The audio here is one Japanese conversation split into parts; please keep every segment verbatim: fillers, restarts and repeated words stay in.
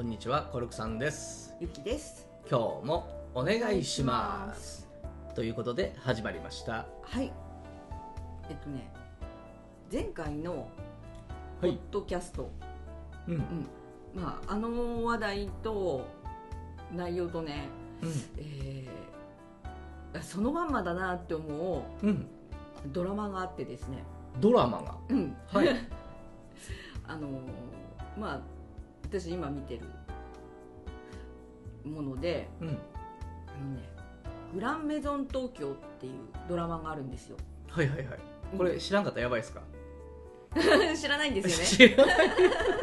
んにちは、コルクさんです。 ゆきです。 今日もお願いします。ということで始まりました。 はい。えっとね、前回のポッドキャスト、 はいうんうん、 まああの話題と内容とね、 うんえー、そのまんまだなって思う、うん、ドラマがあってですね。 ドラマが、 うん、 はい。 あのまあ私今見てるもので、うん、あのね、グランメゾン東京っていうドラマがあるんですよ。 はいはいはい。これ知らんかったらやばいですか？ 知らないんですよね。知らない、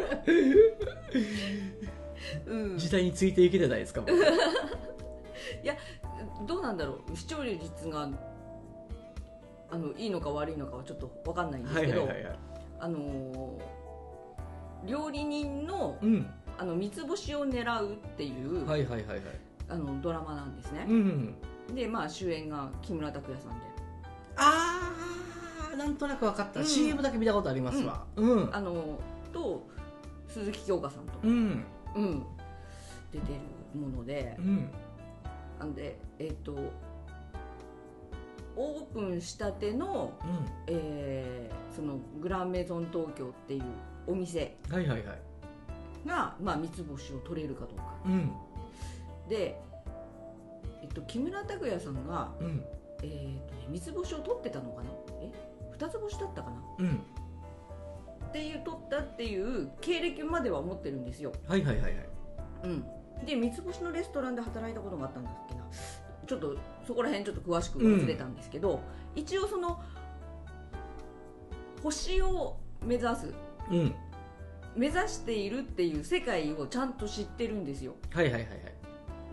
うん、時代についていけてないですか？ いや、どうなんだろう、視聴率があのいいのか悪いのかはちょっと分かんないんですけど、あの料理人の、うん、あの三つ星を狙うっていう、はいはいはいはい、あのドラマなんですね。うんうん、で、まあ主演が木村拓哉さんで、 あー、なんとなく分かった、うん、シーエム だけ見たことありますわ。うんうん、 あのと鈴木京香さんと、うんうん、出てるもので、うん、なんでえっとオープンしたての、うん、えー、そのグランメゾン東京っていうお店が、はいはいはい、まあ、三つ星を取れるかどうか、うん、で、えっと、木村拓哉さんが、うんえーとね、三つ星を取ってたのかな、え二つ星だったかな、うん、っていう取ったっていう経歴までは持ってるんですよ。はいはいはいはい、うん、で三つ星のレストランで働いたことがあったんだっけな、ちょっとそこら辺ちょっと詳しく忘れたんですけど、うん、一応その星を目指す、うん、目指しているっていう世界をちゃんと知ってるんですよ。はいはいはいはい。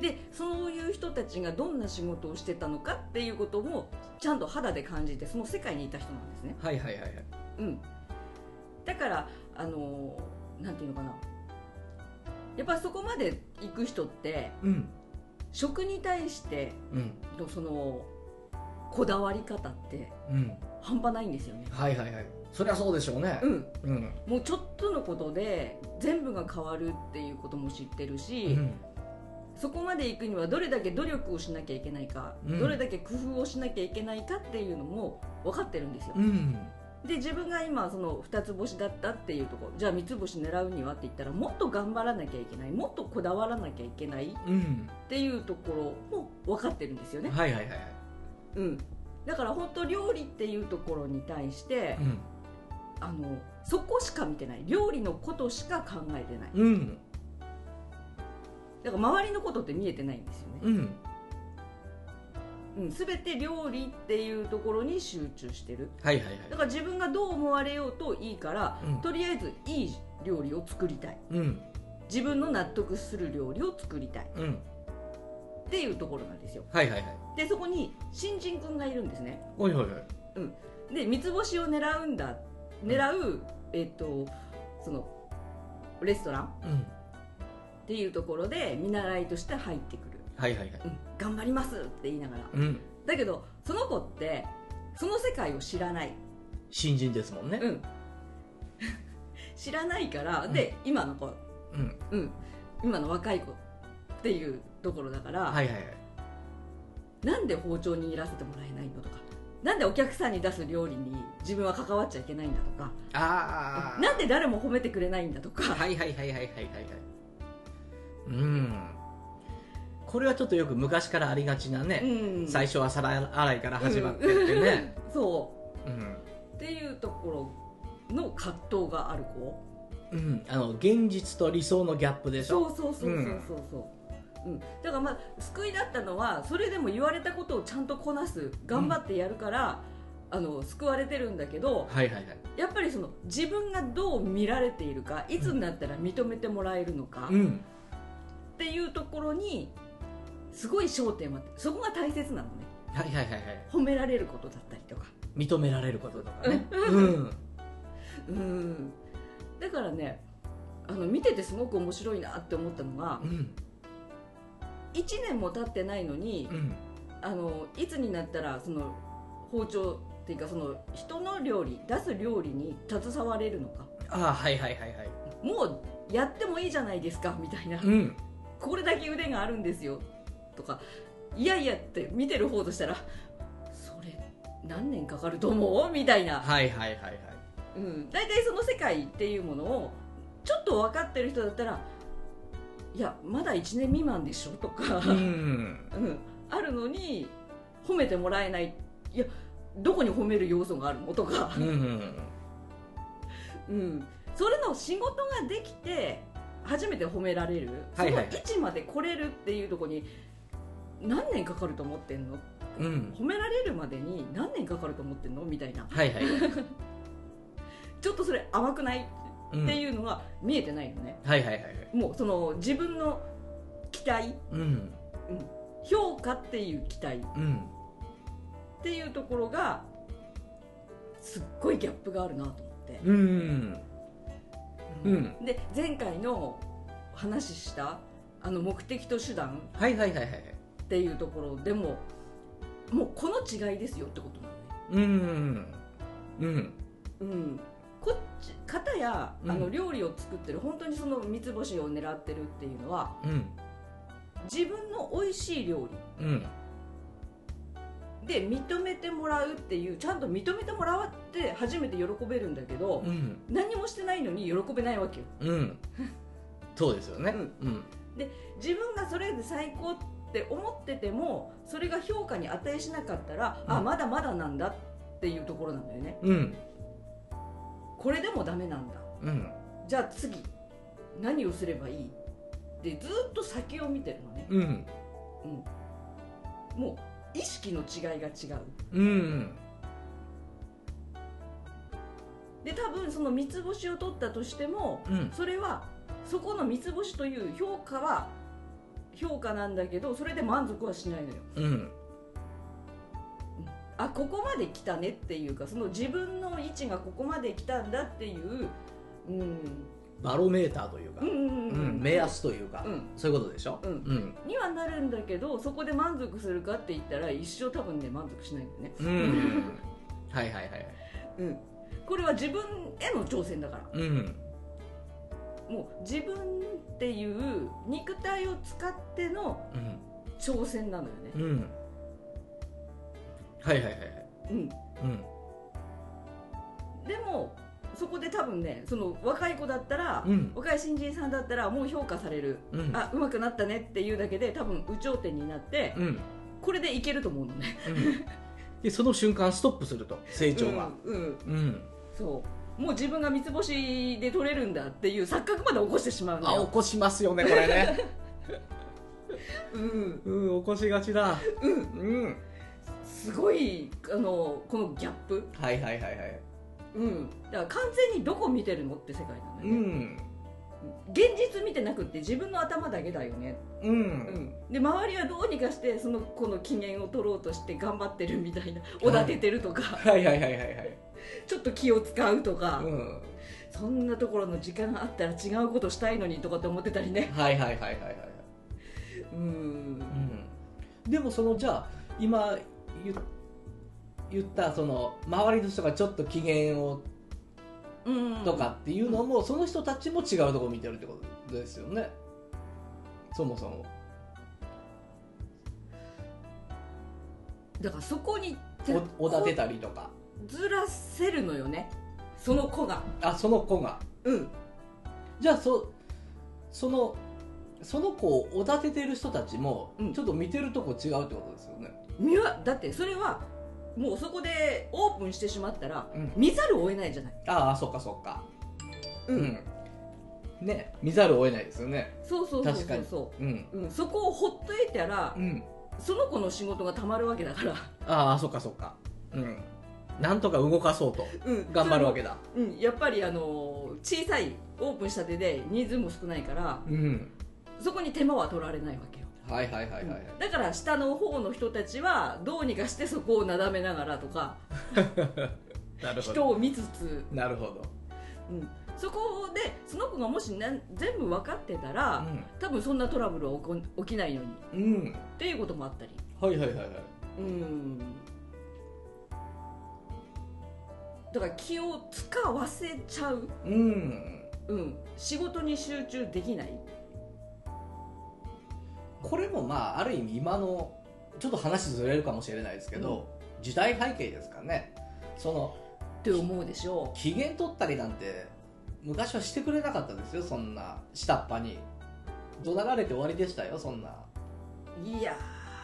でそういう人たちがどんな仕事をしてたのかっていうこともちゃんと肌で感じて、その世界にいた人なんですね。はいはいはいはい、うん、だからあのなんていうのかな、やっぱりそこまで行く人って、うん、食に対してのそのこだわり方って、うん、半端ないんですよね。はいはいはい、そりゃそうでしょうね。うんうん、もうちょっとのことで全部が変わるっていうことも知ってるし、うん、そこまで行くにはどれだけ努力をしなきゃいけないか、うん、どれだけ工夫をしなきゃいけないかっていうのも分かってるんですよ。うん、で自分が今その二つ星だったっていうところ、じゃあ三つ星狙うにはって言ったら、もっと頑張らなきゃいけない、もっとこだわらなきゃいけない、うん、っていうところも分かってるんですよね。はいはいはい、うん、だから本当料理っていうところに対して、うん、あのそこしか見てない、料理のことしか考えてない、うん、だから周りのことって見えてないんですよね。うんうん、全て料理っていうところに集中してる、はいはいはい、だから自分がどう思われようといいから、うん、とりあえずいい料理を作りたい、うん、自分の納得する料理を作りたい、うん、っていうところなんですよ。はいはいはい、でそこに新人くんがいるんですね。はいはいはい、うん、で三つ星を狙うんだ、狙う、うん、えっとそのレストラン、うん、っていうところで見習いとして入ってくる。はいはいはい、うん、頑張りますって言いながら、うん、だけどその子ってその世界を知らない、新人ですもんね。うん、知らないから、うん、で今の子、うんうん、今の若い子っていうところだから、はいはいはい、なんで包丁にいらせてもらえないのとか、なんでお客さんに出す料理に自分は関わっちゃいけないんだとか、あ、なんで誰も褒めてくれないんだとか、はいはいはいはいはいはいはい、うん、これはちょっとよく昔からありがちなね、うん、最初は皿洗いから始まってってね、うん、そう、うん、っていうところの葛藤がある子、うん、あの現実と理想のギャップでしょ。そうそうそうそうそうそう、うんうん、だからまあ救いだったのは、それでも言われたことをちゃんとこなす、頑張ってやるから、うん、あの救われてるんだけど、はいはいはい、やっぱりその自分がどう見られているか、いつになったら認めてもらえるのか、うん、っていうところにすごい焦点を当てて、そこが大切なのね。はいはいはいはい、褒められることだったりとか、認められることとかね、うん、うん、だからね、あの見ててすごく面白いなって思ったのが、うん、いちねんも経ってないのに、うん、あのいつになったらその包丁っていうか、その人の料理出す料理に携われるのか。あ、はいはいはいはい、もうやってもいいじゃないですかみたいな、 うん、 これだけ腕があるんですよとか、いやいやって見てる方としたらそれ何年かかると思うみたいな、 はいはいはいはい、 うん、大体その世界っていうものをちょっと分かってる人だったら、いやまだいちねん未満でしょとか、 うんうん、 あるのに褒めてもらえない、いやどこに褒める要素があるのとか、 うんうんうん、それの仕事ができて初めて褒められる、はいはいはい、その位置まで来れるっていうところに何年かかると思ってんの、うん、褒められるまでに何年かかると思ってんのみたいな、 はいはい、 ちょっとそれ甘くないっていうのが見えてないのね、 うん、はいはいはいはい、 もうその自分の期待、 うんうん、 評価っていう期待、 うん、 っていうところがすっごいギャップがあるなと思って、 うんうんうん、で前回の話したあの目的と手段っていうところでももうこの違いですよってことなのね。 うんうんうん、こっち方やあの料理を作ってる、うん、本当にその三つ星を狙ってるっていうのは、うん、自分の美味しい料理、うんで認めてもらうっていう、ちゃんと認めてもらって初めて喜べるんだけど、うん、何もしてないのに喜べないわけよ、 うん、そうですよね、うんうん、で自分がそれで最高って思っててもそれが評価に値しなかったら、うん、あまだまだなんだっていうところなんだよね、うん、これでもダメなんだ、うん、じゃあ次何をすればいいってずっと先を見てるのね、うんうん、もう意識の違いが違う、うん、で多分その三つ星を取ったとしても、うん、それはそこの三つ星という評価は評価なんだけどそれで満足はしないのよ、うん、あここまで来たねっていうか、その自分の位置がここまで来たんだっていう、うん、 バロメーターというか、うんうんうんうん、目安というか、うん、そういうことでしょ、うんうん、 にはなるんだけどそこで満足するかって言ったら一生多分ね満足しないんだよね、うん、 はいはいはい、 うん、これは自分への挑戦だから、うん、もう自分っていう肉体を使っての挑戦なのよね、うん、 はいはいはい、うんうん、 でもそこで多分ね、その若い子だったら、うん、若い新人さんだったらもう評価される、うん、あ上手くなったねっていうだけで多分有頂天になって、うん、これでいけると思うのね、 うん、でその瞬間ストップすると成長が、うんうんうん、そうもう自分が三つ星で取れるんだっていう錯覚まで起こしてしまうのよ。 あ起こしますよねこれねうん、うん、起こしがちだ、 うんうん、すごいあのこのギャップ、 はいはいはいはいうん、だから完全にどこ見てるのって世界なのよね、うん、現実見てなくって自分の頭だけだよね、うんうん、で周りはどうにかしてその子の機嫌を取ろうとして頑張ってるみたいな、おだててるとか、 はいはいはいはいはいちょっと気を使うとか、うん、そんなところの時間があったら違うことしたいのにとかって思ってたりね、 はいはいはいはいはいうん、うん、でもそのじゃあ今言って言ったその周りの人がちょっと機嫌をとかっていうのも、その人たちも違うところを見てるってことですよね、そもそも。 だからそこにおだてたりとかずらせるのよね、その子が。 あその子がうんじゃあそそのその子をおだててる人たちもちょっと見てるとこ違うってことですよね、 うん、だってそれはもうそこでオープンしてしまったら、うん、見ざるを得ないじゃない。 ああそっかそっかうん、うん、ね見ざるを得ないですよね。 そうそうそうそうそう、うんうん、そこをほっといたら、うん、その子の仕事がたまるわけだから。 ああそっかそっかうんなんとか動かそうと頑張るわけだ、 うん、やっぱりあの小さいオープンしたてで人数も少ないから、うん、そこに手間は取られないわけよ。 はいはいはいはい、 だから下の方の人たちはどうにかしてそこをなだめながらとかなるほど人を見つつなるほど、 うん、そこでその子がもし全部分かってたら、うん、多分そんなトラブルは起きないのに、うん、っていうこともあったりはいはいはいはいうんだから気を使わせちゃう、うんうん、仕事に集中できない。 これもまあある意味今のちょっと話ずれるかもしれないですけど、うん、時代背景ですかね。そのって思うでしょう。 機嫌取ったりなんて昔はしてくれなかったですよ。そんな下っ端に怒鳴られて終わりでしたよ。そんな。いや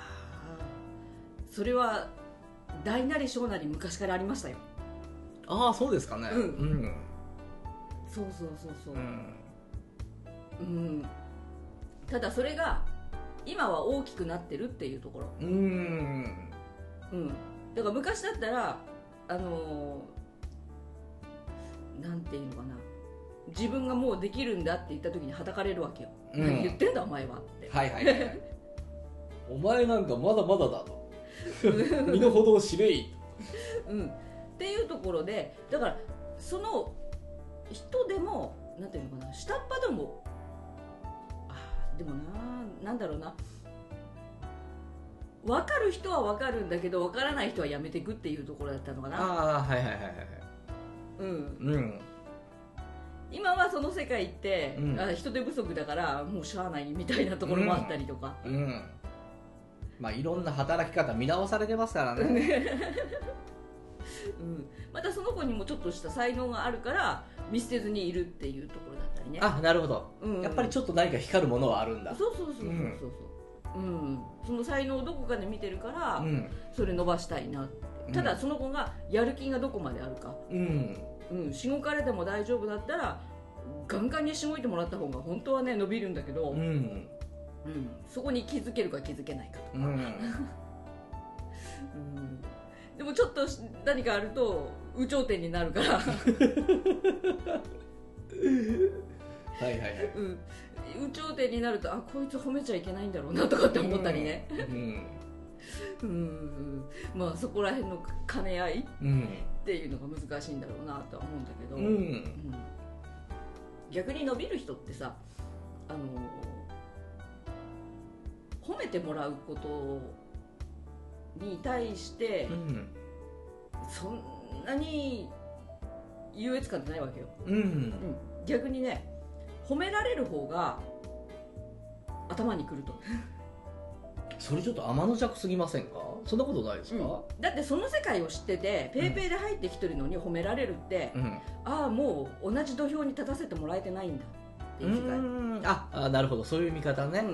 それは大なり小なり昔からありましたよ。 ああそうですかね。うん、うん、 そうそうそうそう、うん、うん、ただそれが今は大きくなってるっていうところ。うん、うん、だから昔だったらあのー、なんていうのかな、自分がもうできるんだって言った時にはたかれるわけよ、うん、何言ってんだお前はって。 はいはいはい、はい、お前なんかまだまだだと身の程を知れい、 うん、っていうところで、だからその人でもなんていうのかな、下っ端でも、あでもな、なんだろうな、分かる人は分かるんだけど分からない人はやめていくっていうところだったのかな。 ああはいはいはいはい、うん、うん、 今はその世界って、うん、あ人手不足だからもうしゃあないみたいなところもあったりとか、うんうん、 まあいろんな働き方見直されてますからねうん、またその子にもちょっとした才能があるから見捨てずにいるっていうところだったりね。 あ、なるほど、うんうん、やっぱりちょっと何か光るものはあるんだ。 そうそうそうそうそうそう、うんうん、その才能をどこかで見てるから、うん、それ伸ばしたいなって。ただその子がやる気がどこまであるか、うんうん、しごかれても大丈夫だったらガンガンにしごいてもらった方が本当はね伸びるんだけど、うんうん、そこに気づけるか気づけないかとか、うんうん、でもちょっと何かあると有頂天になるからはいはいはい、うん、有頂天になると、あこいつ褒めちゃいけないんだろうなとかって思ったりね、うんうん、まあそこら辺の兼ね合いっていうのが難しいんだろうなとは思うんだけど、うんうん、逆に伸びる人ってさ、あの褒めてもらうことに対して、うん、そんなに優越感ってないわけよ、うんうん、逆にね褒められる方が頭にくるとそれちょっと天の弱すぎませんか？そんなことないですか？ うん、だってその世界を知っててペーペーで入ってきてるのに褒められるって、うん、ああもう同じ土俵に立たせてもらえてないんだっていう世界。 うん、ああなるほど、そういう見方ね、うんうん、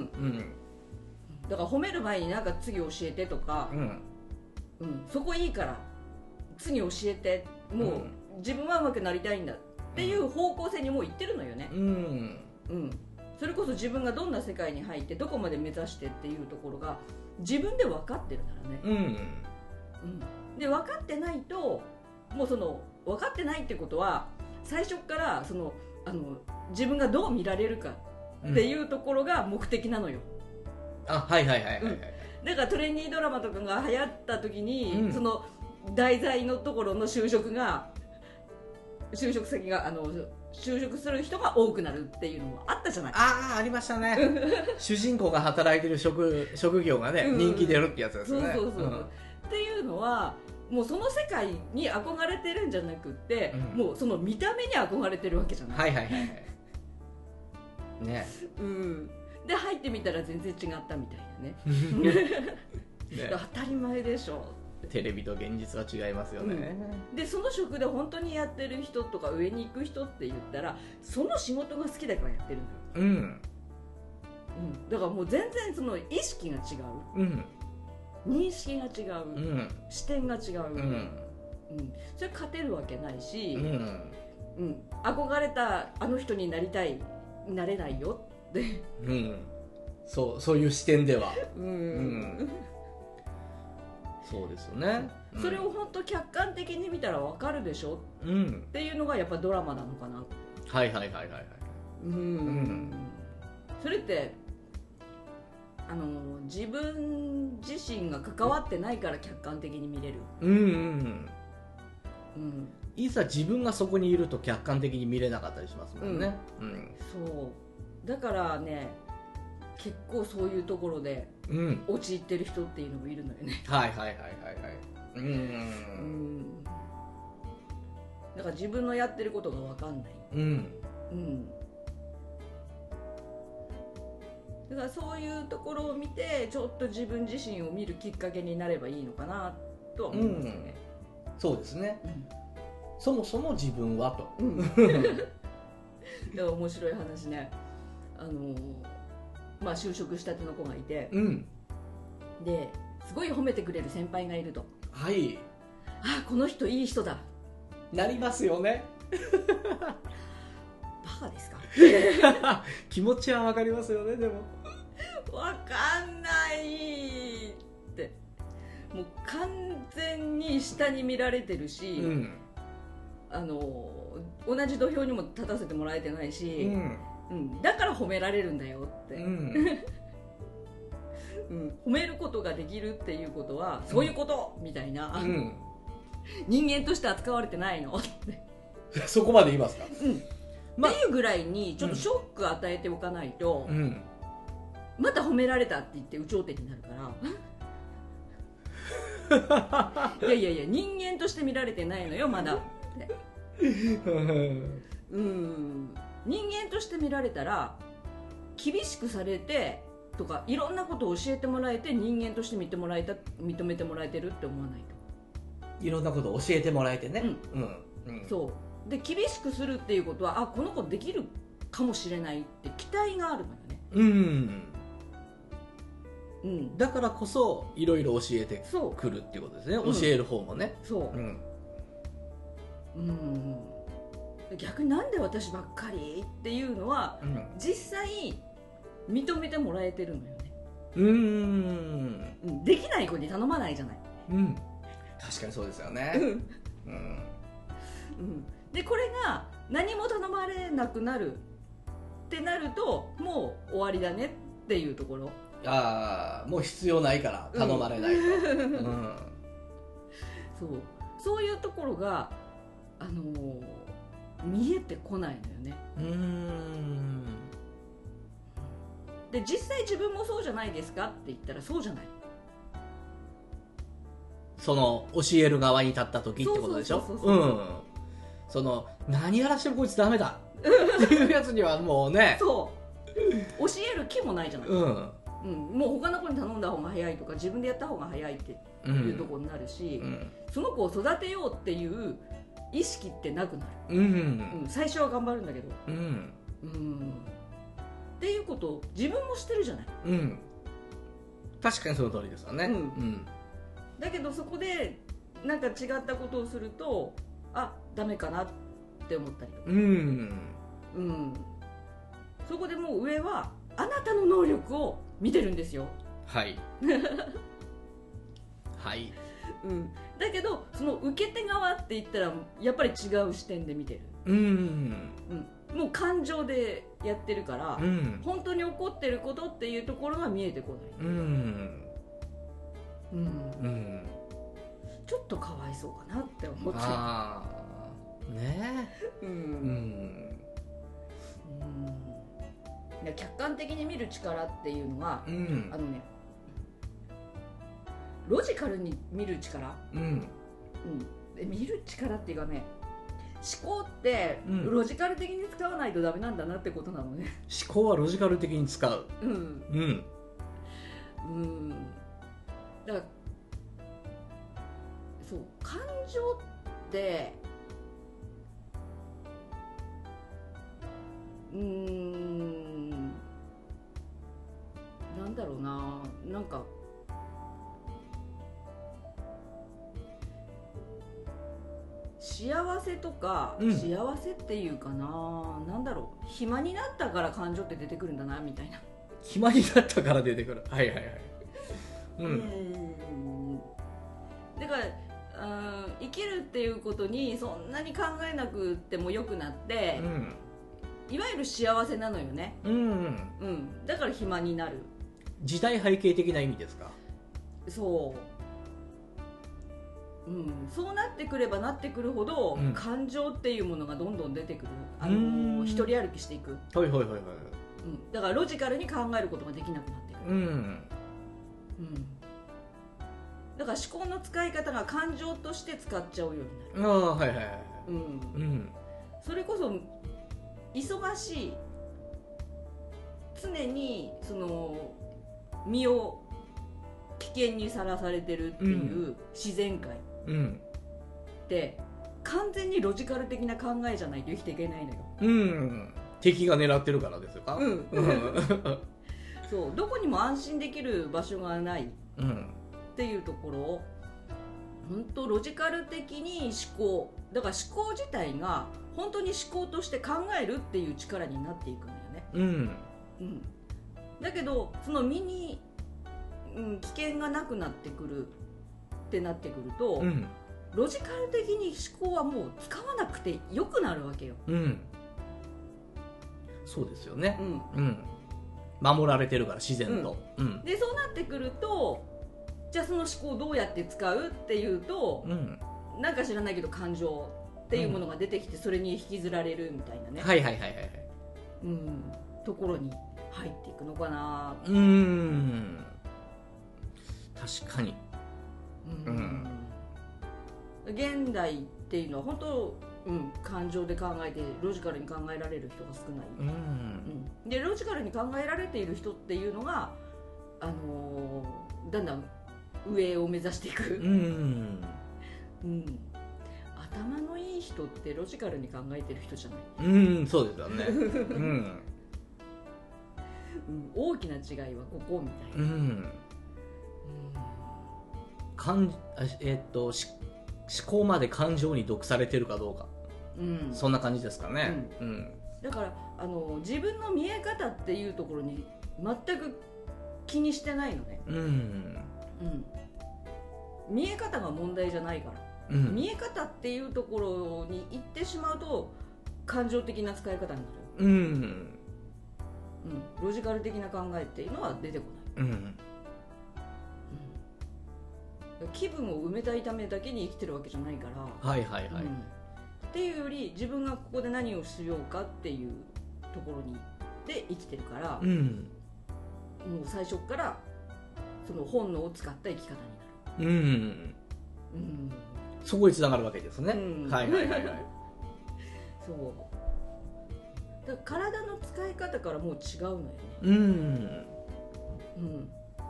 だから褒める前になんか次教えてとか、うんうん、そこいいから次教えて、もう自分は上手くなりたいんだっていう方向性にもう行ってるのよね、うんうん、それこそ自分がどんな世界に入ってどこまで目指してっていうところが自分で分かってるならね、うんうん、で分かってないともうその分かってないってことは最初からそのあの自分がどう見られるかっていうところが目的なのよ、 うん、あはいはいはいはい、はい、うん、 だからトレンディードラマとかが流行った時に、うん、その題材のところの就職が就職先があの就職する人が多くなるっていうのもあったじゃない。 ああありましたね主人公が働いてる 職, 職業がね、うん、人気出るってやつですね。 そうそうそう、うん、っていうのはもうその世界に憧れてるんじゃなくって、うん、もうその見た目に憧れてるわけじゃない。 はいはいはいはいね、 うん、で入ってみたら全然違ったみたいな ね, ね当たり前でしょ。 テレビと現実は違いますよね、 うん、でその職で本当にやってる人とか上に行く人って言ったらその仕事が好きだからやってるのよ、うんうん、だからもう全然その意識が違う、うん、認識が違う、うん、視点が違う、うんうん、それ勝てるわけないし、うんうん、憧れたあの人になりたいなれないよって、うん、 そうそういう視点では、うんうんそうですよね、 うん、それを本当客観的に見たら分かるでしょ、うん、っていうのがやっぱドラマなのかな。 はいはいはいはいはい、うん、うん、 それってあの自分自身が関わってないから客観的に見れる、うんうんうん、 うん、いざ自分がそこにいると客観的に見れなかったりしますもんね、うんうん、 そうだからね結構そういうところで陥ってる人っていうのもいるのよね、 うん、はいはいはいはいはいうんうんだから自分のやってることが分かんない、うん、 うん、だからそういうところを見てちょっと自分自身を見るきっかけになればいいのかなとは思いますよね、 うん、そうですね、うん、そもそも自分はと、うん、だから面白い話ね、あのーまあ、就職したての子がいて、うん、ですごい褒めてくれる先輩がいると、 はい、 あ、この人いい人だなりますよねバカですか気持ちはわかりますよね。でもわかんないってもう完全に下に見られてるし、うん、あの同じ土俵にも立たせてもらえてないし、うんうん、だから褒められるんだよって、うんうん、褒めることができるっていうことはそういうこと、うん、みたいな、うん、人間として扱われてないのってそこまで言いますか、 うんま、っていうぐらいにちょっとショック与えておかないと、うん、また褒められたって言って有頂天になるからいやいやいや人間として見られてないのよまだってうん人間として見られたら厳しくされてとかいろんなことを教えてもらえて人間として認めてもらえた認めてもらえてるって思わないといろんなことを教えてもらえてね、 うんうんうん、そうで厳しくするっていうことはあこの子できるかもしれないって期待があるのよね、うんうん、だからこそいろいろ教えてくるっていうことですね、教える方もね、 そう、うん、うん逆になんで私ばっかりっていうのは、うん、実際認めてもらえてるのよね。うーんできない子に頼まないじゃない、 うん、確かにそうですよね、うんうんうん、でこれが何も頼まれなくなるってなるともう終わりだねっていうところああもう必要ないから頼まれないと、うんうん、 そうそういうところがあのー見えてこないのよね。うーんで実際自分もそうじゃないですかって言ったらそうじゃないその教える側に立った時ってことでしょ。その何やらしてもこいつダメだっていうやつにはもうねそう教える気もないじゃない、うんうん、もう他の子に頼んだ方が早いとか自分でやった方が早いっていうところになるし、うんうん、その子を育てようっていう意識ってなくなる、うんうんうん、最初は頑張るんだけど、うんうん、っていうことを自分もしてるじゃない、うん、 確かにその通りですよね、うんうん、 だけどそこでなんか違ったことをするとあダメかなって思ったりとか、うんうん、そこでもう上はあなたの能力を見てるんですよはいはいうん、だけどその受け手側って言ったらやっぱり違う視点で見てる、うんうん、もう感情でやってるから、うん、本当に起こってることっていうところが見えてこない、うんうんうん、ちょっとかわいそうかなって思っちゃうねえ、うんうんうん、客観的に見る力っていうのは、うん、あのねロジカルに見る力、うんうん、で見る力っていうかね思考ってロジカル的に使わないとダメなんだなってことなのね、 思考はロジカル的に使ううんうんうんだからそう感情ってうーんなんだろうななんか幸せとか、うん、幸せっていうかななんだろう暇になったから感情って出てくるんだなみたいな暇になったから出てくるはいはいはいうんうんだからうん生きるっていうことにそんなに考えなくてもよくなって、うん、いわゆる幸せなのよねうん、うん、だから暇になる時代背景的な意味ですかそううん、そうなってくればなってくるほど、うん、感情っていうものがどんどん出てくる、あのー、一人歩きしていく、はいはいはいはい、うん、だからロジカルに考えることができなくなってくる、うんうん、だから思考の使い方が感情として使っちゃうようになるあ、はいはいはいうんうん、それこそ忙しい、常にその身を危険にさらされてるっていう自然界って、完全にロジカル的な考えじゃないと生きていけないのよ。 うん、敵が狙ってるからですよか。うん、 そう、どこにも安心できる場所がないっていうところを、本当ロジカル的に思考だから思考自体が本当に思考として考えるっていう力になっていくんだよね。うん、うん、だけどその身に、うん、危険がなくなってくるってなってくると、うん、ロジカル的に思考はもう使わなくてよくなるわけよ。うん、 そうですよね。うん、うん、守られてるから自然と。 うんうん、でそうなってくると、じゃあその思考をどうやって使うっていうと、うん、なんか知らないけど感情っていうものが出てきて、それに引きずられるみたいなね、 はいはいはいはい、 うん、ところに入っていくのかな。 うーん、確かに。 うん、うん、現代っていうのは本当、うん、感情で考えてロジカルに考えられる人が少ない。うん、うん、でロジカルに考えられている人っていうのが、あのー、だんだん上を目指していく。うん、うん、頭のいい人ってロジカルに考えてる人じゃない。 うん、そうですよね。うん、うん、 大きな違いはここみたいな。うん、うん、 かんえー、っと思考まで感情に毒されてるかどうか、うん、そんな感じですかね。うん、うん、 だからあの自分の見え方っていうところに全く気にしてないのね。うん、うん、見え方が問題じゃないから、うん、見え方っていうところに行ってしまうと感情的な使い方になる。うん、うん、ロジカル的な考えっていうのは出てこない。うん、うん、気分を埋めたいためだけに生きてるわけじゃないから、はいはいはい、うん、っていうより自分がここで何をしようかっていうところにで生きてるから、うん、もう最初からその本能を使った生き方になる。うん、うん、 そこにつながるわけですね。うん、はいはいはいはい。 そうだから体の使い方からもう違うのよね。うん、うん、うん、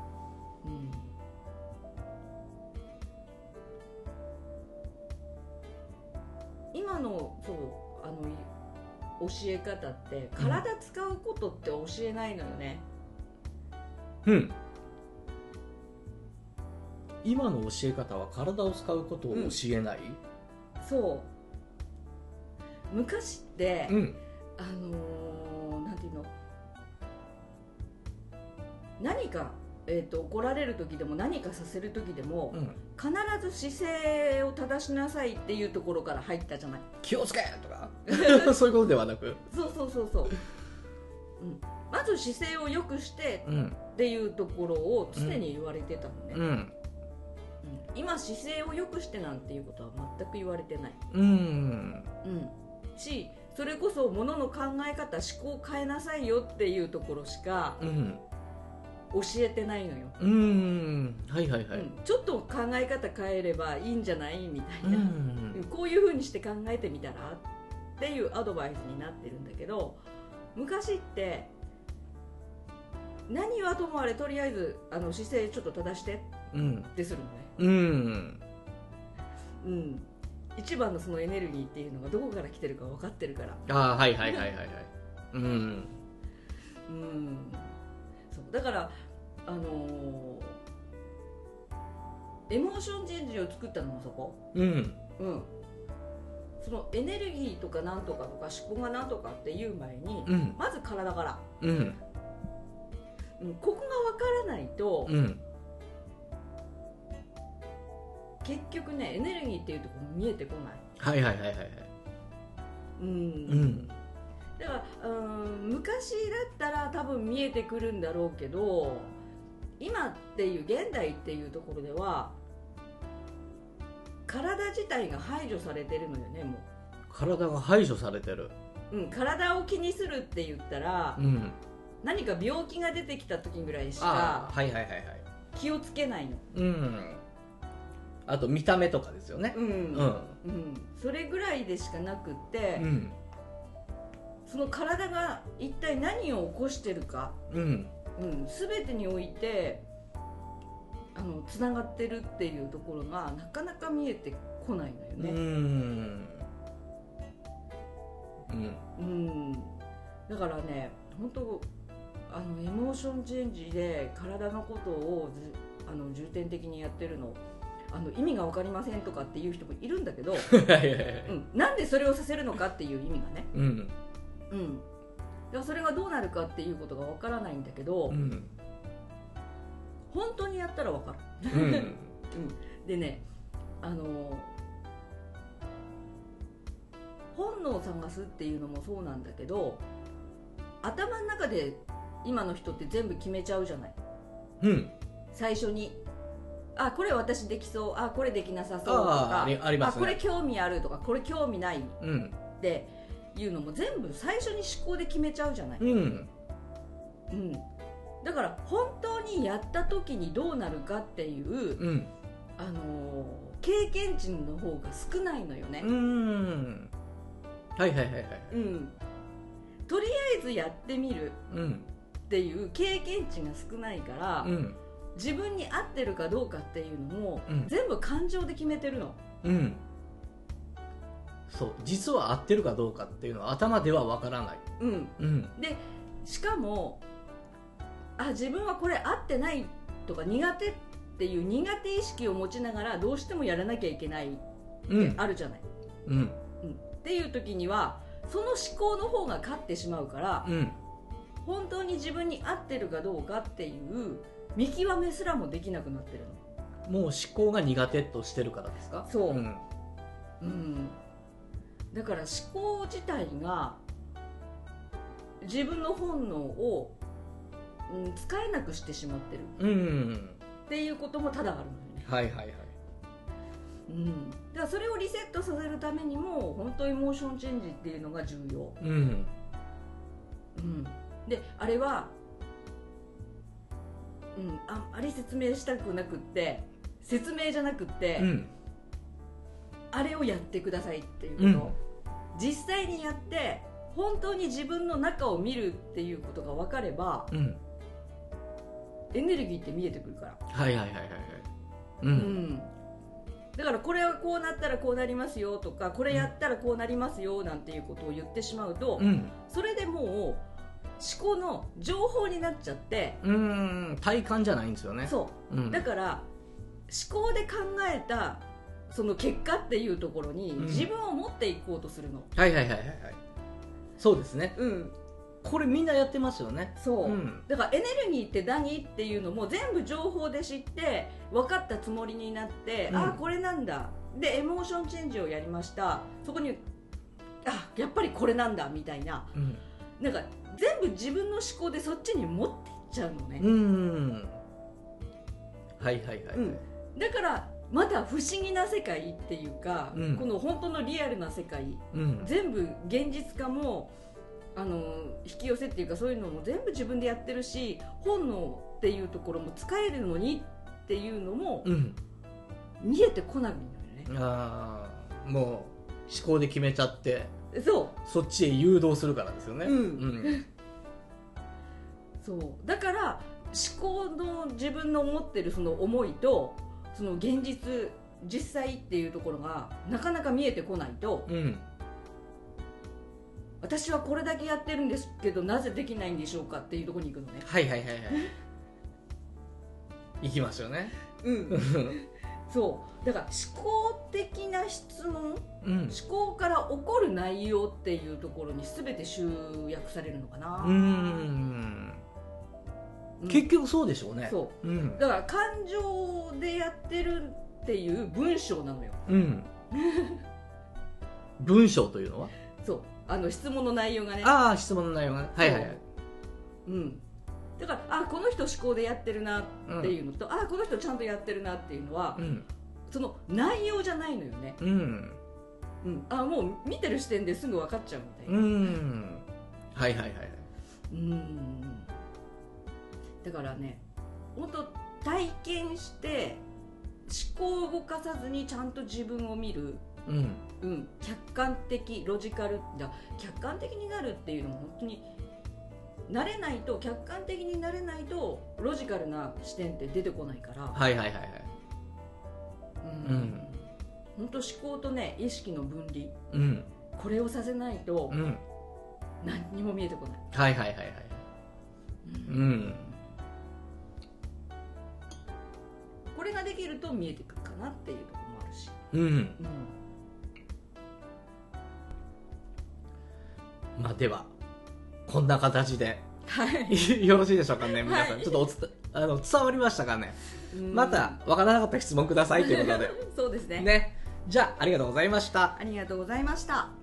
今のそうあの教え方って体使うことって教えないのよね。 うん、今の教え方は体を使うことを教えない、 うん、そう昔って、うん、あのー、なんていうの、何か、えーと、怒られる時でも何かさせる時でも、うん、必ず姿勢を正しなさいっていうところから入ったじゃない。 気をつけとかそういうことではなく、 そうそうそうそう、うん、まず姿勢を良くしてっていうところを常に言われてたのね。うんうん、今姿勢を良くしてなんていうことは全く言われてない。うん、うん、し、それこそ物の考え方、思考を変えなさいよっていうところしか教えてないのよ。うん、はいはいはい、うん、ちょっと考え方変えればいいんじゃないみたいな、うん、こういう風にして考えてみたらっていうアドバイスになってるんだけど、昔って何はともあれとりあえずあの姿勢ちょっと正してってするのね。うん、うん、一番のそのエネルギーっていうのがどこから来てるか分かってるから。 ああ、はいはいはいはいはい。うん、うん、 そうだからあのー、エモーションチェンジを作ったのもそこ。うん、うん、そのエネルギーとかなんとかとか思考がなんとかっていう前に、うん、まず体から、うん、うん、ここが分からないと、うん、結局ねエネルギーっていうところ見えてこない。はいはいはいはいはい。うん、うん、だからうん昔だったら多分見えてくるんだろうけど、今っていう現代っていうところでは体自体が排除されてるのよね。もう体が排除されてる。 うん、体を気にするって言ったら、うん、何か病気が出てきた時ぐらいしか気をつけないの。うん、 あと見た目とかですよね。うん、うん、 うん、それぐらいでしかなくって、うん、 その体が一体何を起こしてるか、うんうん、全てにおいてあのつながってるっていうところがなかなか見えてこないのよね。うん、うん、だからね本当あのエモーションチェンジで体のことをあの重点的にやってるのあの意味が分かりませんとかっていう人もいるんだけど、うん、なんでそれをさせるのかっていう意味がね、うんうん、だからそれがどうなるかっていうことが分からないんだけど、うん、本当にやったら分かる、うんうん、でねあの本能を探すっていうのもそうなんだけど頭の中で今の人って全部決めちゃうじゃない、うん、最初にあこれ私できそうあこれできなさそうとか あ, あ, ります、ね、あこれ興味あるとかこれ興味ないっていうのも全部最初に思考で決めちゃうじゃない、うんうん、だから本当にやった時にどうなるかっていう、うん、あの経験値の方が少ないのよね。うんはいはいはいはい、うん、とりあえずやってみるっていう経験値が少ないから、うん、自分に合ってるかどうかっていうのも、うん、全部感情で決めてるの、うん、 そう実は合ってるかどうかっていうのは頭ではわからない、うんうん、でしかもあ自分はこれ合ってないとか苦手っていう苦手意識を持ちながらどうしてもやらなきゃいけないってあるじゃない、うんうんうん、っていう時にはその思考の方が勝ってしまうから、うん、本当に自分に合ってるかどうかっていう見極めすらもできなくなってるの。もう思考が苦手としてるからですか？ そう、うんうん、だから思考自体が自分の本能を、うん、使えなくしてしまってる、うん、っていうことも多々あるのよね。はいはいはい、うん、だからそれをリセットさせるためにも本当にモーションチェンジっていうのが重要、うんうん、であれはうん、あんまり説明したくなくって説明じゃなくって、うん、あれをやってくださいっていうこと、うん、実際にやって本当に自分の中を見るっていうことが分かれば、うん、エネルギーって見えてくるから。はいはいはいはいはい、うんうん、だからこれはこうなったらこうなりますよとかこれやったらこうなりますよなんていうことを言ってしまうと、うん、それでもう思考の情報になっちゃってうーん体感じゃないんですよね。 そう、うん、だから思考で考えたその結果っていうところに自分を持っていこうとするの、 うん、はいはいはいはいはいそうですね、うん、これみんなやってますよね。 そう、うん、だからエネルギーって何っていうのも全部情報で知って分かったつもりになって、うん、ああこれなんだでエモーションチェンジをやりましたそこにあやっぱりこれなんだみたいな、うん、なんか全部自分の思考でそっちに持っていっちゃうのね。うんはいはいはい、うん、だからまだ不思議な世界っていうか、うん、この本当のリアルな世界、うん、全部現実化もあの引き寄せっていうかそういうのも全部自分でやってるし本能っていうところも使えるのにっていうのも、うん、見えてこないんだよね。 あもう思考で決めちゃってそうそっちへ誘導するからですよね、うんうん、 そうだから思考の自分の持ってるその思いとその現実実際っていうところがなかなか見えてこないと、うん、私はこれだけやってるんですけどなぜできないんでしょうかっていうところに行くのね。 はいはいはいはい行きますよね。うんそうだから思考的な質問、うん、思考から起こる内容っていうところに全て集約されるのかな。うーん、 うん、結局そうでしょうね。 そう、うん、だから感情でやってるっていう文章なのよ、うん、 文章というのはそうあの質問の内容がねああ質問の内容がねはいはいはい、 うん、だからあこの人思考でやってるなっていうのと、うん、あこの人ちゃんとやってるなっていうのは、うん、その内容じゃないのよね、うんうん、あもう見てる視点ですぐ分かっちゃうみたいな、うん、はいはいはいうんだからね本当体験して考を動かさずにちゃんと自分を見る、うんうん、客観的ロジカルだ客観的になるっていうのも本当になれないと客観的になれないとロジカルな視点って出てこないから、 はいはいはいはい、 うんうん、本当思考とね意識の分離、うん、これをさせないと、うん、何にも見えてこない。 はいはいはいはい、うん、うん、 これができると見えてくるかなっていうところもあるし、 うんうん、まあではこんな形で、はい、よろしいでしょうかね皆さん、はい、ちょっとおつあの伝わりましたかね。またわからなかった質問くださいということでそうですね。 ね、じゃあありがとうございました。 ありがとうございました。